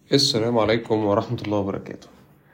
السلام عليكم ورحمة الله وبركاته.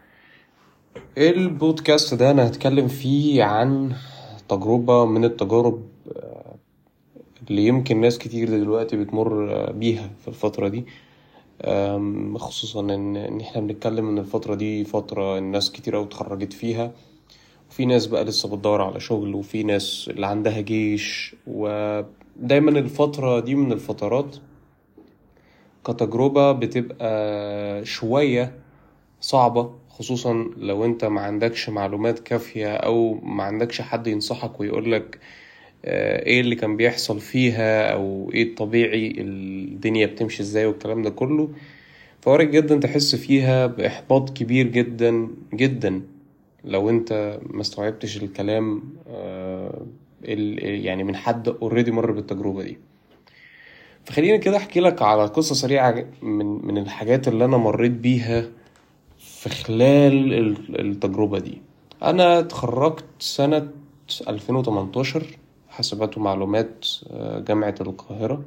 البودكاست ده أنا هتكلم فيه عن تجربة من التجارب اللي يمكن ناس كتير دلوقتي بتمر بيها في الفترة دي. خصوصا إن إحنا بنتكلم إن الفترة دي فترة الناس كتير أوي اتخرجت فيها، وفي ناس بقى لسه بتدور على شغل، وفي ناس اللي عندها جيش. ودايما الفترة دي من الفترات كتجربة بتبقى شوية صعبة، خصوصا لو انت ما عندكش معلومات كافية او ما عندكش حد ينصحك ويقولك ايه اللي كان بيحصل فيها او ايه الطبيعي، الدنيا بتمشي ازاي والكلام ده كله. فوارد جدا تحس فيها بإحباط كبير جدا جدا لو انت ما استوعبتش الكلام يعني من حد اوريدي مر بالتجربة دي. فخليني كده احكي لك على قصة سريعة من الحاجات اللي انا مريت بيها في خلال التجربة دي. أنا اتخرجت سنة 2018 حاسبات ومعلومات، جامعة القاهرة.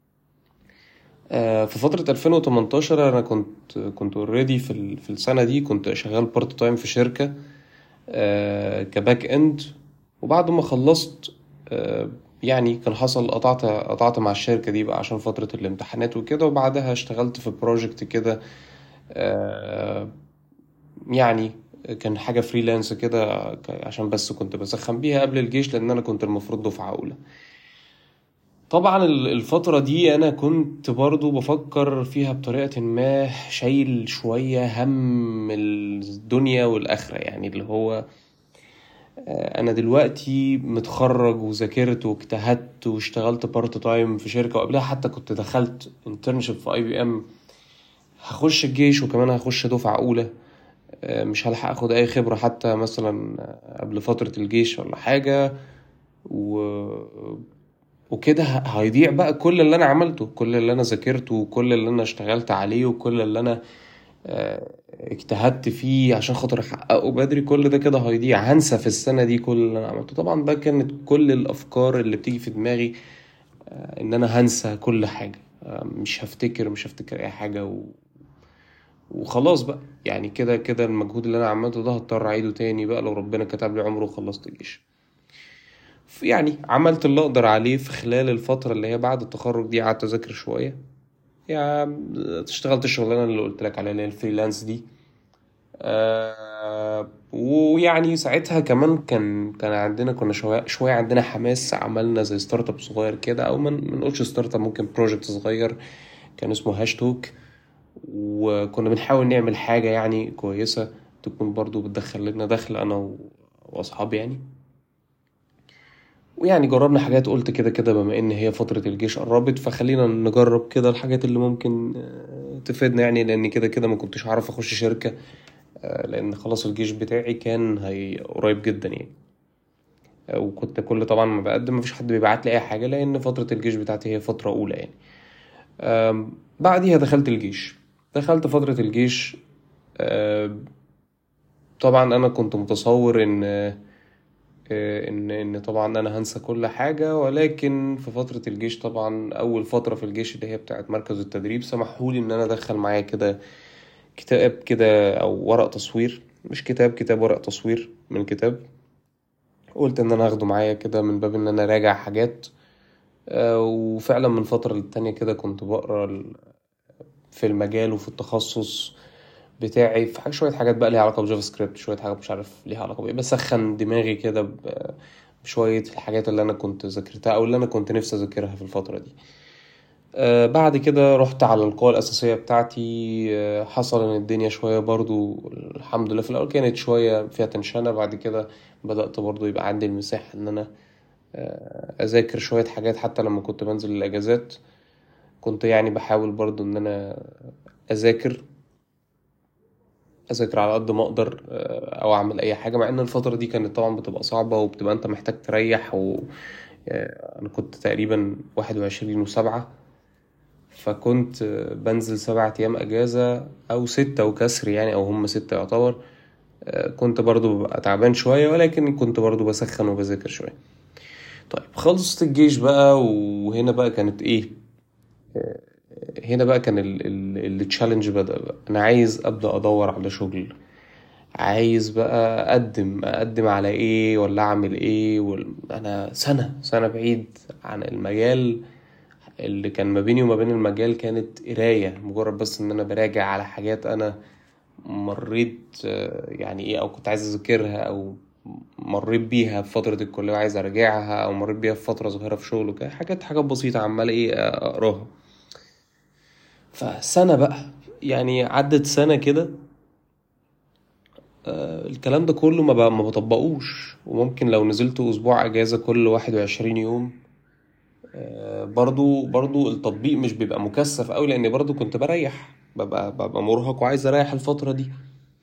في فترة 2018 أنا كنت اوريدي في السنة دي كنت شغال بارت تايم في شركة كباك إند. وبعد ما خلصت يعني كان حصل قطعت مع الشركة دي بقى عشان فترة الامتحانات وكده، وبعدها اشتغلت في بروجكت كده. آه، يعني كان حاجة فريلانس كده عشان بس كنت بسخن بيها قبل الجيش، لأن أنا كنت المفروض دفعة أولى. طبعا الفترة دي أنا كنت برضو بفكر فيها بطريقة ما، شايل شوية هم الدنيا والآخرة، يعني اللي هو أنا دلوقتي متخرج وذاكرت واجتهدت واشتغلت بارت تايم في شركة، وقبلها حتى كنت دخلت انترنشيب في اي بي ام. هخش الجيش وكمان هخش دفعة أولى، مش هلحق اخد اي خبرة حتى مثلا قبل فترة الجيش ولا حاجة. و... وكده هيضيع بقى كل اللي انا عملته، كل اللي انا ذاكرته، وكل اللي انا اشتغلت عليه، وكل اللي انا اجتهدت فيه عشان خاطر احققه بدري. كل ده كده هيضيع، هنسى في السنة دي كل اللي انا عملته. طبعا ده كانت كل الافكار اللي بتيجي في دماغي، ان انا هنسى كل حاجة، مش هفتكر اي حاجة وخلاص بقى. يعني كده كده المجهود اللي انا عملته ده هضطر اعيده تاني بقى لو ربنا كتب لي عمره وخلصت الجيش. يعني عملت اللي اقدر عليه في خلال الفترة اللي هي بعد التخرج دي، قعدت اذاكر شوية. يعني اشتغلت الشغلانة اللي قلت لك عليها اللي هي الفريلانس دي. ويعني ساعتها كمان كان عندنا، كنا شوية عندنا حماس، عملنا زي ستارت اب صغير كده، او من نقولش ستارت اب، ممكن بروجكت صغير كان اسمه هاشتوك. وكنا بنحاول نعمل حاجة يعني كويسة، تكون برضو بتدخل لنا دخل أنا وأصحابي يعني. ويعني جربنا حاجات، قلت كده كده بما إن هي فترة الجيش قربت، فخلينا نجرب كده الحاجات اللي ممكن تفيدنا، يعني لأن كده كده ما كنتش عارف أخش شركة، لأن خلاص الجيش بتاعي كان هي قريب جدا يعني. وكنت كل طبعا ما بقدم مفيش حد بيبعت لي أي حاجة، لأن فترة الجيش بتاعتي هي فترة أولى يعني. بعديها دخلت الجيش، دخلت فترة الجيش. آم، طبعا انا كنت متصور ان طبعا انا هنسى كل حاجة، ولكن في فترة الجيش طبعا اول فترة في الجيش اللي هي بتاعت مركز التدريب سمحولي ان انا ادخل معايا كده كتاب كده او ورق تصوير، مش كتاب ورق تصوير من الكتاب. قلت ان انا اخده معايا كده من باب ان انا راجع حاجات. وفعلا من فترة للتانية كده كنت بقرا في المجال وفي التخصص بتاعي، في حاجة شوية حاجات بقى ليها علاقة بجافا سكريبت، شوية حاجات مش عارف ليها علاقة بإيه، بسخن دماغي كده بشوية الحاجات اللي أنا كنت ذاكرتها أو اللي أنا كنت نفسي أذاكرها في الفترة دي. بعد كده رحت على القوى الأساسية بتاعتي. حصل إن الدنيا شوية برضو الحمد لله في الأول كانت شوية فيها تنشنة، بعد كده بدأت برضو يبقى عندي المساحة إن أنا أذاكر شوية حاجات حتى لما كنت بنزل الأجازات. كنت يعني بحاول برضو إن أنا أذاكر اذاكر على قد ما اقدر، او اعمل اي حاجه، مع ان الفتره دي كانت طبعا بتبقى صعبه وبتبقى انت محتاج تريح. انا كنت تقريبا 21 و7، فكنت بنزل 7 ايام اجازه او 6 وكسر يعني، او هم 6 يعتبر. كنت برضو ببقى تعبان شويه، ولكن كنت برضو بسخن وبذاكر شويه. طيب خلصت الجيش بقى، وهنا بقى كانت ايه هنا بقى كان التشالنج بدأ بقى. انا عايز ابدأ ادور على شغل، عايز بقى اقدم على ايه ولا اعمل ايه انا سنة بعيد عن المجال. اللي كان ما بيني وما بين المجال كانت قراية، مجرد بس ان انا براجع على حاجات انا مريت يعني ايه، او كنت عايز اذاكرها، او مريت بيها في فترة الكلية وعايز ارجعها، او مريت بيها في فترة صغيرة في شغل وكده، حاجات بسيطة عمال ايه اقراها. فسنة بقى، يعني عدت سنة كده. الكلام ده كله ما بطبقوش، وممكن لو نزلت اسبوع اجازة كل 21 يوم برضو التطبيق مش بيبقى مكثف قوي، لاني برضو كنت بريح، ببقى مرهق وعايز اريح الفترة دي.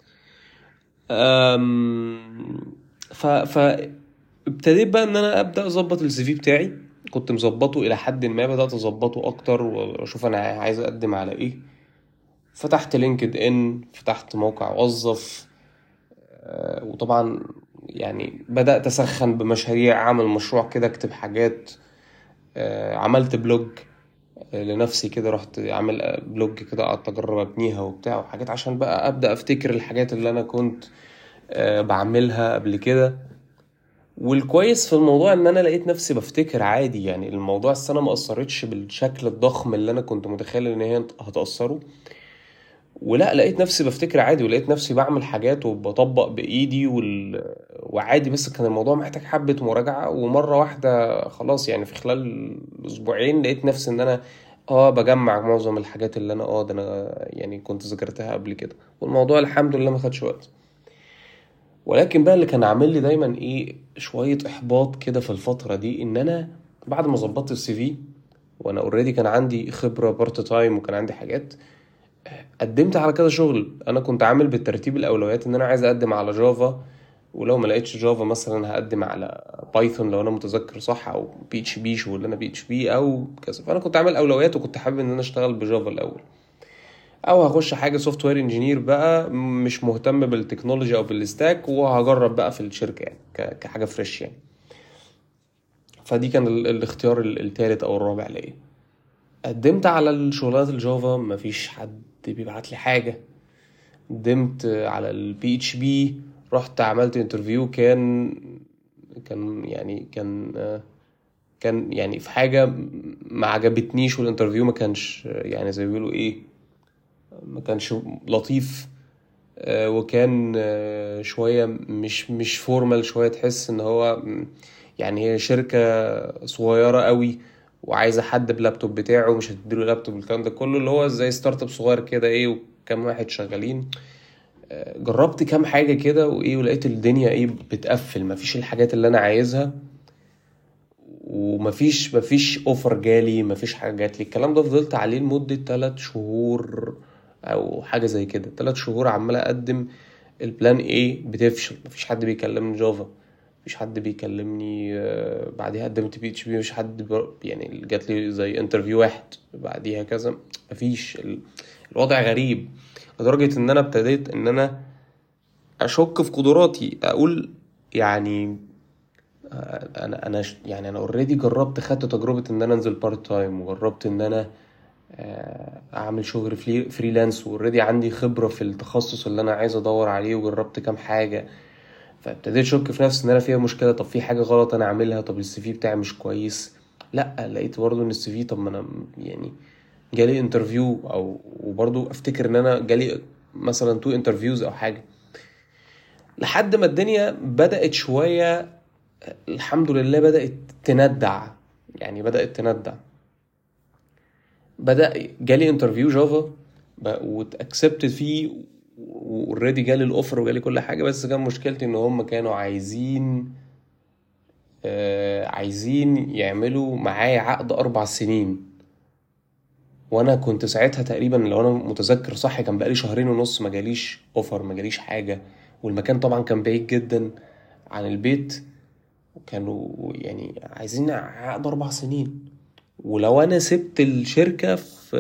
أم، ف ابتديت بقى ان انا ابدا اظبط السي في بتاعي. كنت مظبطه الى حد ما، بدات اظبطه اكتر واشوف انا عايز اقدم على ايه. فتحت لينكد ان، فتحت موقع وظف. وطبعا يعني بدات اسخن بمشاريع، اعمل مشروع كده اكتب حاجات. عملت بلوج لنفسي كده، رحت عامل بلوج كده، قعدت اجرب ابنيها وبتاع وحاجات، عشان بقى ابدا افتكر الحاجات اللي انا كنت بعملها قبل كده. والكويس في الموضوع ان انا لقيت نفسي بفتكر عادي، يعني الموضوع السنة ما اثرتش بالشكل الضخم اللي انا كنت متخيل ان هي هتأثره. ولا لقيت نفسي بفتكر عادي، ولقيت نفسي بعمل حاجات وبطبق بايدي وعادي. بس كان الموضوع محتاج حبة مراجعة، ومرة واحدة خلاص يعني في خلال اسبوعين لقيت نفسي ان انا بجمع معظم الحاجات اللي انا ده انا يعني كنت ذكرتها قبل كده. والموضوع الحمد لله ما خدش وقت. ولكن بقى اللي كان عامل لي دايما ايه شوية احباط كده في الفترة دي، ان انا بعد ما ظبطت السي في، وانا اوريدي كان عندي خبرة بارت تايم وكان عندي حاجات، قدمت على كذا شغل. انا كنت عامل بالترتيب الاولويات ان انا عايز اقدم على جافا، ولو ما لقيتش جافا مثلا هقدم على بايثون لو انا متذكر صح، او بي اتش بي شغل انا بي اتش بي او كذا. فانا كنت عامل اولويات وكنت حابب ان انا اشتغل بجافا الاول، او هخش حاجه سوفت وير انجينير بقى، مش مهتم بالتكنولوجي او بالستاك، وهجرب بقى في الشركه يعني كحاجه فريش يعني. فدي كان الاختيار التالت او الرابع ليا. قدمت على الشغلات الجافا، مفيش حد بيبعت لي حاجه. قدمت على البي اتش بي، رحت عملت انترفيو، كان يعني في حاجه ما عجبتنيش، والانترفيو ما كانش يعني زي ما بيقولوا ايه، ما كانش لطيف. وكان شوية مش فورمال، شوية تحس ان هو يعني هي شركة صغيرة قوي وعايزة حد بلابتوب بتاعه، مش هتديله لابتوب الكلام ده كله، اللي هو زي ستارت اب صغير كده ايه، وكم واحد شغالين. جربت كام حاجة كده وايه، ولقيت الدنيا ايه بتقفل، مفيش الحاجات اللي انا عايزها، ومفيش اوفر جالي، مفيش حاجة جات لي. الكلام ده فضلت عليه لمدة 3 شهور او حاجة زي كده. 3 شهور عمال اقدم، البلان ايه بتفشل، مفيش حد بيكلمني جافا، مفيش حد بيكلمني. بعديها قدمت بي اتش بي، مفيش حد يعني جات لي زي انترفيو واحد، بعديها كذا، مفيش الوضع غريب. لدرجة ان انا ابتديت ان انا اشك في قدراتي، اقول يعني يعني انا اوريدي جربت، خدت تجربة ان انا انزل بارت تايم، وجربت ان انا اعمل شغل فريلانس، واوريدي عندي خبرة في التخصص اللي انا عايز ادور عليه، وجربت كام حاجة. فابتديت اشك في نفسي ان انا فيها مشكله، طب في حاجه غلط انا عاملها، طب السي في بتاعي مش كويس. لا لقيت برضو ان السي في، طب ما انا يعني جالي انترفيو، او وبرضو افتكر ان انا جالي مثلا 2 انترفيوز او حاجه. لحد ما الدنيا بدات شويه، الحمد لله بدات تندع، يعني بدات تندع. جالي انترفيو جافا واتاكسبتد فيه، واوريدي جالي الاوفر وجالي كل حاجه. بس كان مشكلتي ان هم كانوا عايزين يعملوا معايا عقد 4 سنين، وانا كنت ساعتها تقريبا لو انا متذكر صح كان بقالي 2.5 شهور ما جاليش اوفر، ما جاليش حاجة. والمكان طبعا كان بعيد جدا عن البيت، وكانوا يعني عايزين عقد 4 سنين. ولو انا سبت الشركة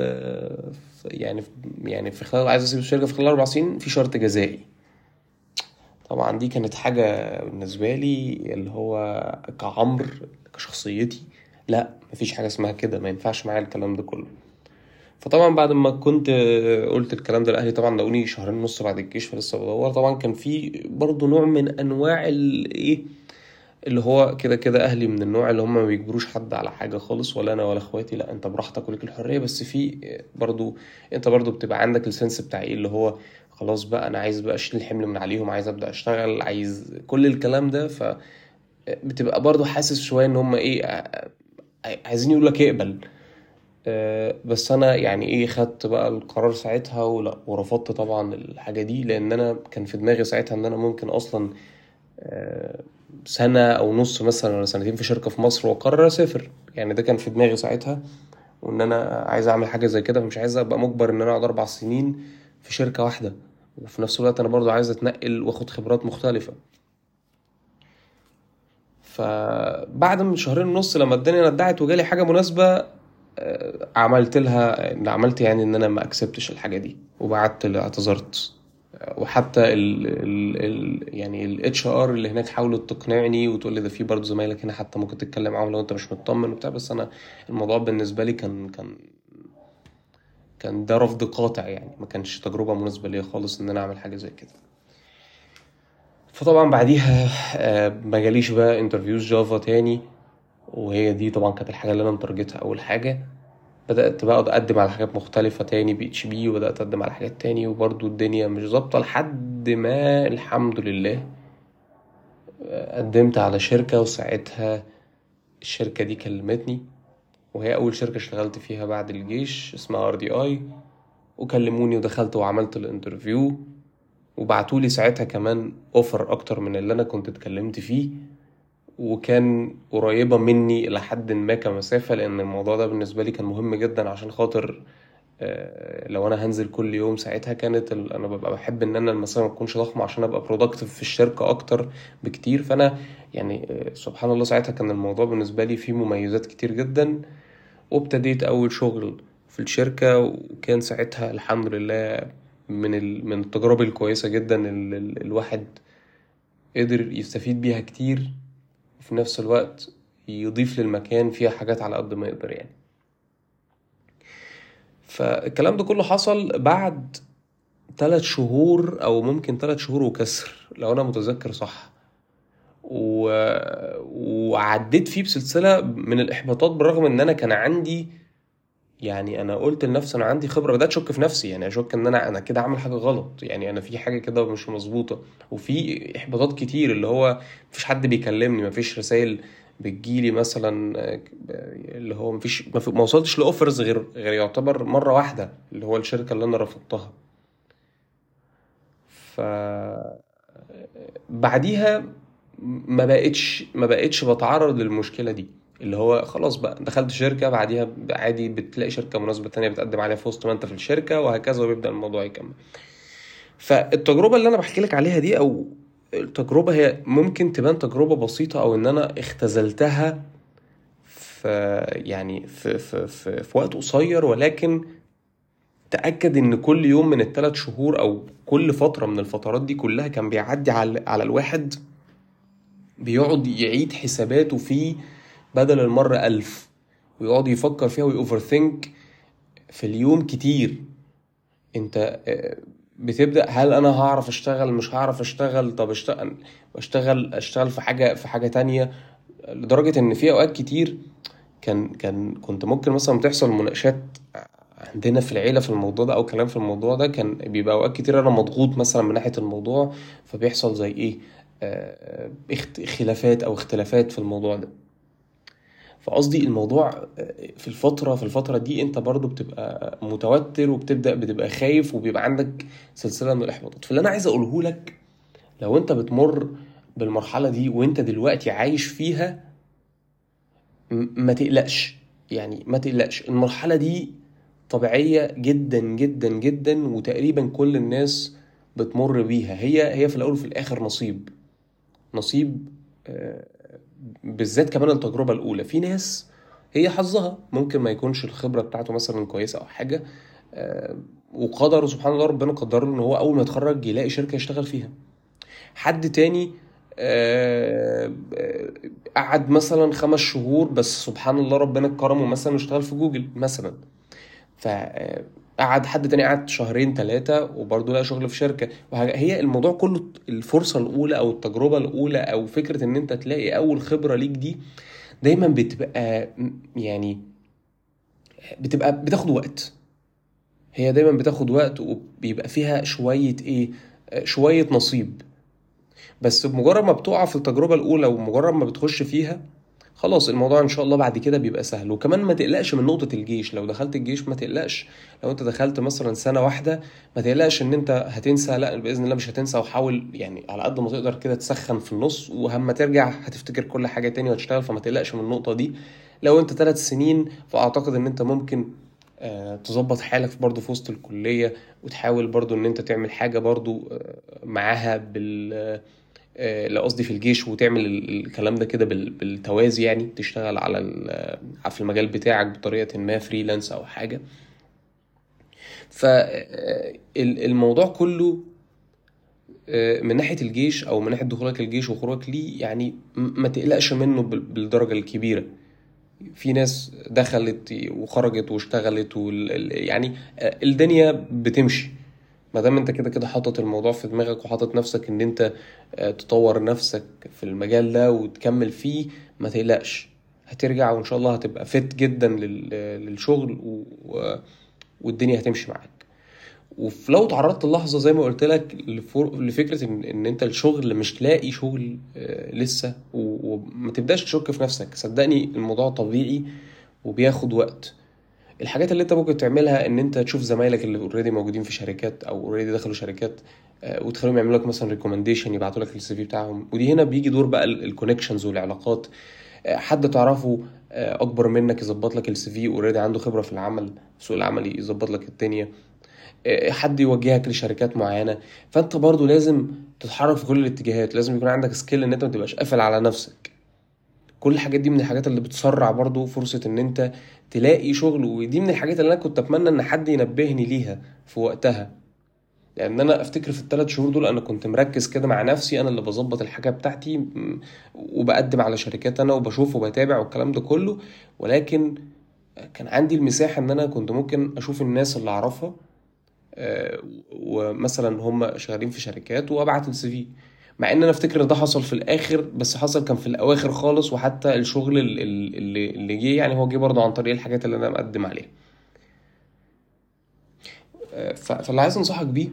يعني في خلال، عايز اسيب الشركة في خلال 4 سنين في شرط جزائي. طبعا دي كانت حاجة بالنسبة لي اللي هو كعمر، كشخصيتي، لا مفيش حاجة اسمها كده، ما ينفعش معايا الكلام ده كله. فطبعا بعد ما كنت قلت الكلام ده لاهلي، طبعا لقوني شهرين ونص بعد الجيش فلسه بدور. طبعا كان في برضو نوع من انواع الايه، اللي هو كده كده اهلي من النوع اللي هم ما بيجبروش حد على حاجه خالص، ولا انا ولا اخواتي، لا انت براحتك وليك الحريه. بس في برضو، انت برضو بتبقى عندك السنس بتاع ايه اللي هو خلاص بقى انا عايز بقى اشيل الحمل من عليهم، عايز ابدا اشتغل، عايز كل الكلام ده. فبتبقى برضو حاسس شويه ان هم ايه، عايزين يقول لك اقبل. بس انا يعني ايه، خدت بقى القرار ساعتها ولا ورفضت طبعا الحاجه دي، لان انا كان في دماغي ساعتها ان انا ممكن اصلا آه، سنة أو نص مثلا ولا سنتين في شركة في مصر وأقرر أسافر. يعني ده كان في دماغي ساعتها، وإن أنا عايز أعمل حاجة زي كده، فمش عايز أبقى مجبر إن أنا أقعد 4 سنين في شركة واحدة. وفي نفس الوقت أنا برضو عايز أتنقل وأخد خبرات مختلفة. فبعد من شهرين ونص لما الدنيا ندعت وجالي حاجة مناسبة، عملت يعني ان انا ما اكسبتش الحاجه دي، وبعت اعتذرت. وحتى يعني الاتش ار اللي هناك حاولت تقنعني وتقول لي ده في برضه زمايلك هنا حتى ممكن تتكلم معاهم لو انت مش مطمن وبتاع. بس انا الموضوع بالنسبه لي كان ده رفض قاطع، يعني ما كانش تجربه مناسبه ليا خالص ان انا اعمل حاجه زي كده. فطبعا بعديها ما جاليش بقى انترفيوز جافا تاني، وهي دي طبعا كانت الحاجه اللي انا مترجتها اول حاجه. بدأت بقى أقدم على حاجات مختلفة تاني بي اتش بي، وبدأت أقدم على حاجات تاني، وبرضو الدنيا مش ظابطة لحد ما الحمد لله قدمت على شركة. وساعتها الشركة دي كلمتني، وهي أول شركة اشتغلت فيها بعد الجيش، اسمها ار دي اي. وكلموني ودخلت وعملت الانترفيو، وبعتولي ساعتها كمان اوفر أكتر من اللي أنا كنت اتكلمت فيه، وكان قريبة مني إلى حد ما كمسافة، لأن الموضوع ده بالنسبة لي كان مهم جدا عشان خاطر لو انا هنزل كل يوم. ساعتها كانت انا ببقى بحب ان انا المسافه ما تكونش ضخمه عشان ابقى برودكتيف في الشركه اكتر بكتير. فانا يعني سبحان الله ساعتها كان الموضوع بالنسبه لي فيه مميزات كتير جدا. وابتديت اول شغل في الشركه، وكان ساعتها الحمد لله من التجارب الكويسه جدا اللي الواحد قدر يستفيد بيها كتير، وفي نفس الوقت يضيف للمكان فيها حاجات على قد ما يقدر يعني. فالكلام ده كله حصل بعد 3 شهور او ممكن 3 شهور وكسر لو انا متذكر صح. و... وعديت فيه بسلسلة من الاحباطات، بالرغم ان انا كان عندي، يعني انا قلت لنفسي انا عندي خبرة. بدأت اشك في نفسي، يعني اشك ان انا كده عامل حاجة غلط، يعني انا في حاجة كده مش مظبوطة. وفي احباطات كتير اللي هو مفيش حد بيكلمني، مفيش رسائل بتجيلي مثلا، اللي هو ما وصلتش لاوفرز غير يعتبر مرة واحدة، اللي هو الشركة اللي انا رفضتها. ف بعديها ما بقتش بتعرض للمشكلة دي، اللي هو خلاص بقى دخلت شركة بعديها عادي بتلاقي شركة مناسبة تانية بتقدم عليها في وسط ما انت في الشركة، وهكذا، وبيبدأ الموضوع يكمل. فالتجربة اللي انا بحكي لك عليها دي، او التجربة، هي ممكن تبان تجربة بسيطة او ان انا اختزلتها في يعني في وقت قصير، ولكن تأكد ان كل يوم من ال3 شهور او كل فترة من الفترات دي كلها كان بيعدي على الواحد بيقعد يعيد حساباته فيه بدل المرة 1000، ويقعد يفكر فيها ويوفر ثينك في اليوم كتير. انت بتبدأ، هل انا هعرف اشتغل، مش هعرف اشتغل، طب اشتغل في حاجة تانية. لدرجة ان في اوقات كتير كنت ممكن مثلا تحصل مناقشات عندنا في العيلة في الموضوع ده، او كلام في الموضوع ده، كان بيبقى اوقات كتير انا مضغوط مثلا من ناحية الموضوع، فبيحصل زي ايه، خلافات او اختلافات في الموضوع ده. فقصدي الموضوع في الفترة دي انت برضو بتبقى متوتر، بتبقى خايف، وبيبقى عندك سلسلة من الاحباطات. فاللي انا عايز اقوله لك، لو انت بتمر بالمرحلة دي وانت دلوقتي عايش فيها، ما تقلقش. يعني ما تقلقش، المرحلة دي طبيعية جدا جدا جدا، وتقريبا كل الناس بتمر بيها. هي في الأول وفي الآخر نصيب. آه، بالذات كمان التجربة الأولى، في ناس هي حظها ممكن ما يكونش الخبرة بتاعته مثلا كويسة أو حاجة، آه، وقدر سبحان الله ربنا قدر له إن هو أول ما يتخرج يلاقي شركة يشتغل فيها. حد تاني قعد مثلا 5 شهور بس سبحان الله ربنا كرمه مثلا واشتغل في جوجل مثلا. فقعد حد تاني قعد شهرين 3 وبرضه لقى شغل في شركة. هي الموضوع كله الفرصة الأولى أو التجربة الأولى أو فكرة إن أنت تلاقي أول خبرة ليك دي دايما بتبقى يعني بتبقى بتاخد وقت. هي دايما بتاخد وقت وبيبقى فيها شوية إيه، شوية نصيب. بس بمجرد ما بتقع في التجربة الأولى ومجرد ما بتخش فيها خلاص الموضوع ان شاء الله بعد كده بيبقى سهل. وكمان ما تقلقش من نقطة الجيش. لو دخلت الجيش ما تقلقش. لو انت دخلت مثلا سنة واحدة ما تقلقش ان انت هتنسى، لا بإذن الله مش هتنسى. وحاول يعني على قد ما تقدر كده تسخن في النص، وهم ترجع هتفتكر كل حاجة تاني وهتشتغل. فما تقلقش من النقطة دي. لو انت 3 سنين فاعتقد ان انت ممكن تظبط حالك برضو في وسط الكلية، وتحاول برضو ان انت تعمل حاجة برضو معاها لا قصدي في الجيش، وتعمل الكلام ده كده بالتوازي. يعني تشتغل على في المجال بتاعك بطريقة ما فريلانس او حاجة. فالموضوع كله من ناحية الجيش او من ناحية دخولك الجيش وخروجك ليه يعني ما تقلقش منه بالدرجة الكبيرة. في ناس دخلت وخرجت واشتغلت يعني الدنيا بتمشي. ما دام انت كده كده حاطط الموضوع في دماغك وحاطط نفسك ان انت تطور نفسك في المجال ده وتكمل فيه، ما تقلقش. هترجع وان شاء الله هتبقى فت جدا للشغل والدنيا هتمشي معاك. ولو تعرضت للحظة زي ما قلت لك لفكرة ان انت الشغل مش لاقي شغل لسه، وما تبداش تشك في نفسك. صدقني الموضوع طبيعي وبياخد وقت. الحاجات اللي انت ممكن تعملها ان انت تشوف زمايلك اللي اوريدي موجودين في شركات او اوريدي دخلوا شركات، وتخليهم يعملوا لك مثلا ريكومنديشن، يبعتوا لك السي في بتاعهم. ودي هنا بيجي دور بقى الكونكشنز والعلاقات. حد تعرفه اكبر منك يظبط لك السي في، اوريدي عنده خبرة في العمل في سوق العمل يظبط لك الدنيا. حد يوجهك لشركات معينة. فانت برضو لازم تتحرك في كل الاتجاهات. لازم يكون عندك سكيل ان انت ما تبقاش قافل على نفسك. كل الحاجات دي من الحاجات اللي بتسرع برضو فرصة ان انت تلاقي شغل. ودي من الحاجات اللي انا كنت اتمنى ان حد ينبهني ليها في وقتها. لان انا افتكر في ال3 شهور دول انا كنت مركز كده مع نفسي، انا اللي بظبط الحاجة بتاعتي وبقدم على شركات انا وبشوف وبتابع والكلام ده كله. ولكن كان عندي المساحة ان انا كنت ممكن اشوف الناس اللي اعرفها ومثلا هم شغالين في شركات وابعت السي في. مع ان انا افتكر ده حصل في الاخر، بس حصل كان في الاواخر خالص. وحتى الشغل اللي جه يعني هو جه برضه عن طريق الحاجات اللي انا مقدم عليها. فاللي عايز انصحك بيه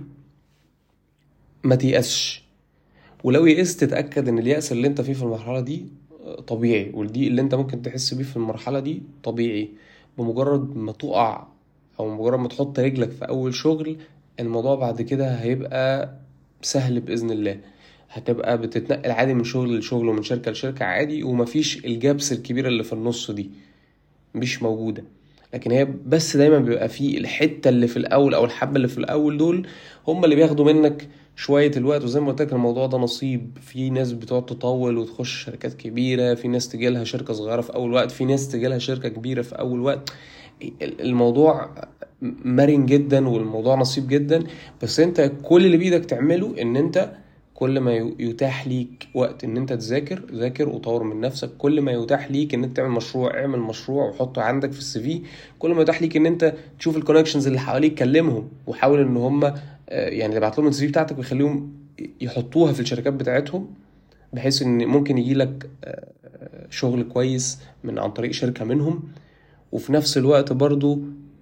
ما تيأسش. ولو يئست تتأكد ان اليأس اللي انت فيه في المرحلة دي طبيعي، والضيق اللي انت ممكن تحس بيه في المرحلة دي طبيعي. بمجرد ما تقع او مجرد ما تحط رجلك في اول شغل الموضوع بعد كده هيبقى سهل بإذن الله. هتبقى بتتنقل عادي من شغل لشغل ومن شركة لشركة عادي، ومفيش الجابس الكبيرة اللي في النص دي مش موجودة. لكن هي بس دايما بيبقى فيه الحتة اللي في الأول أو الحبة اللي في الأول دول هم اللي بياخدوا منك شوية الوقت. وزي ما قلت لك الموضوع ده نصيب. في ناس بتقعد تطول وتخش شركات كبيرة، في ناس تجيلها شركة صغيرة في أول وقت، في ناس تجيلها شركة كبيرة في أول وقت. الموضوع مرن جدا والموضوع نصيب جدا. بس انت كل اللي بيدك تعمله ان انت كل ما يتاح ليك وقت ان انت ذاكر وطور من نفسك. كل ما يتاح ليك ان انت تعمل مشروع اعمل مشروع وحطه عندك في السي في. كل ما يتاح ليك ان انت تشوف الكونكشنز اللي حواليك كلمهم وحاول ان هم يعني تبعت لهم السي في بتاعتك ويخليهم يحطوها في الشركات بتاعتهم، بحيث ان ممكن يجي لك شغل كويس عن طريق شركة منهم. وفي نفس الوقت برضو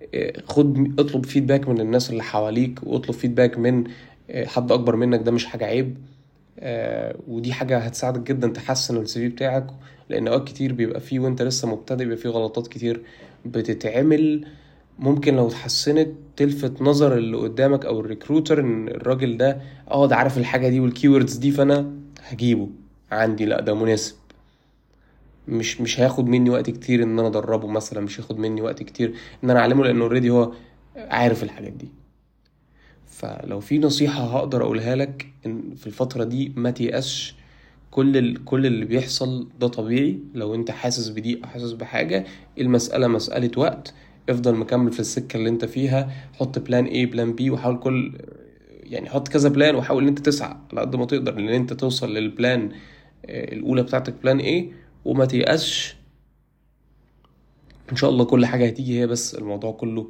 اطلب فيدباك من الناس اللي حواليك، واطلب فيدباك من حد اكبر منك. ده مش حاجة عيب. ودي حاجة هتساعدك جدا تحسن السي في بتاعك. لان اوقات كتير بيبقى فيه وانت لسه مبتدئ بيبقى فيه غلطات كتير بتتعمل، ممكن لو اتحسنت تلفت نظر اللي قدامك او الريكروتر ان الراجل ده ده عارف الحاجة دي والكيوردز دي فانا هجيبه عندي. لا ده مناسب. مش هياخد مني وقت كتير ان انا ادربه مثلا، مش هياخد مني وقت كتير ان انا اعلمه لانه اوريدي هو عارف الحاجات دي. فلو في نصيحة هقدر اقولها لك ان في الفترة دي ما تيأسش. كل اللي بيحصل ده طبيعي. لو انت حاسس بدي او حاسس بحاجة، المسألة مسألة وقت. افضل مكمل في السكة اللي انت فيها. حط بلان A بلان B وحاول يعني حط كذا بلان وحاول ان انت تسعى على قد ما تقدر ان انت توصل للبلان الاولى بتاعتك بلان A. وما تيأسش. ان شاء الله كل حاجة هتيجي. هي بس الموضوع كله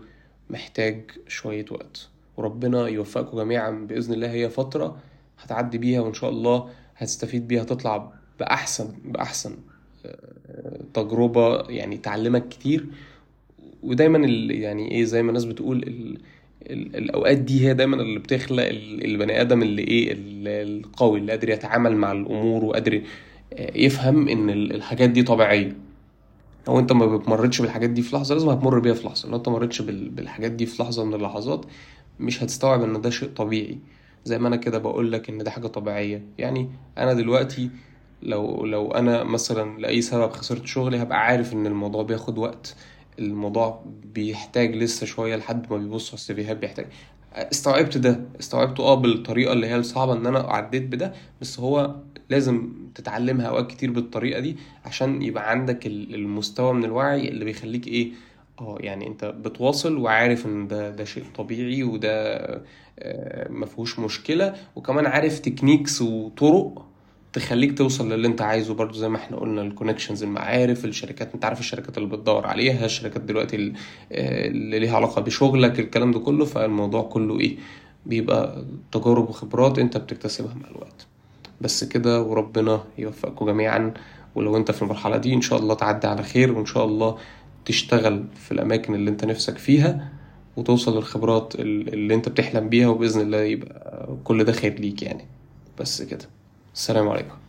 محتاج شوية وقت، وربنا يوفقكم جميعا بإذن الله. هي فترة هتعدي بيها وإن شاء الله هتستفيد بيها، تطلع بأحسن تجربة يعني تعلمك كتير. ودايما يعني ايه، زي ما الناس بتقول الأوقات دي هي دايما اللي بتخلق البني آدم اللي ايه القوي، اللي قادر يتعامل مع الأمور وقادر يفهم إن الحاجات دي طبيعية. لو انت ما بتمرتش بالحاجات دي في لحظة لازم هتمر بيها في لحظة. لو انت مرتش بالحاجات دي في لحظة من اللحظات مش هتستوعب ان ده شيء طبيعي. زي ما انا كده بقول لك ان ده حاجة طبيعية. يعني انا دلوقتي لو انا مثلا لأي سبب خسرت شغلي هبقى عارف ان الموضوع بياخد وقت، الموضوع بيحتاج لسه شوية لحد ما بيبص على السيفيهات، بيحتاج. استوعبته بالطريقة اللي هي الصعبة ان انا عديت بده. بس هو لازم تتعلمها اوقات كتير بالطريقة دي عشان يبقى عندك المستوى من الوعي اللي بيخليك ايه، يعني انت بتواصل وعارف ان ده شيء طبيعي، وده مفهوش مشكلة. وكمان عارف تكنيكس وطرق تخليك توصل للي انت عايزه. برضو زي ما احنا قلنا الكونكشنز، المعارف، الشركات، انت عارف الشركات اللي بتدور عليها، الشركات دلوقتي اللي ليها علاقة بشغلك، الكلام ده كله. فالموضوع كله ايه، بيبقى تجارب وخبرات انت بتكتسبها مع الوقت. بس كده، وربنا يوفقكم جميعا. ولو انت في المرحلة دي ان شاء الله تعدي على خير، وان شاء الله تشتغل في الاماكن اللي انت نفسك فيها وتوصل للخبرات اللي انت بتحلم بيها، وبإذن الله يبقى كل ده خير ليك يعني. بس كده، السلام عليكم.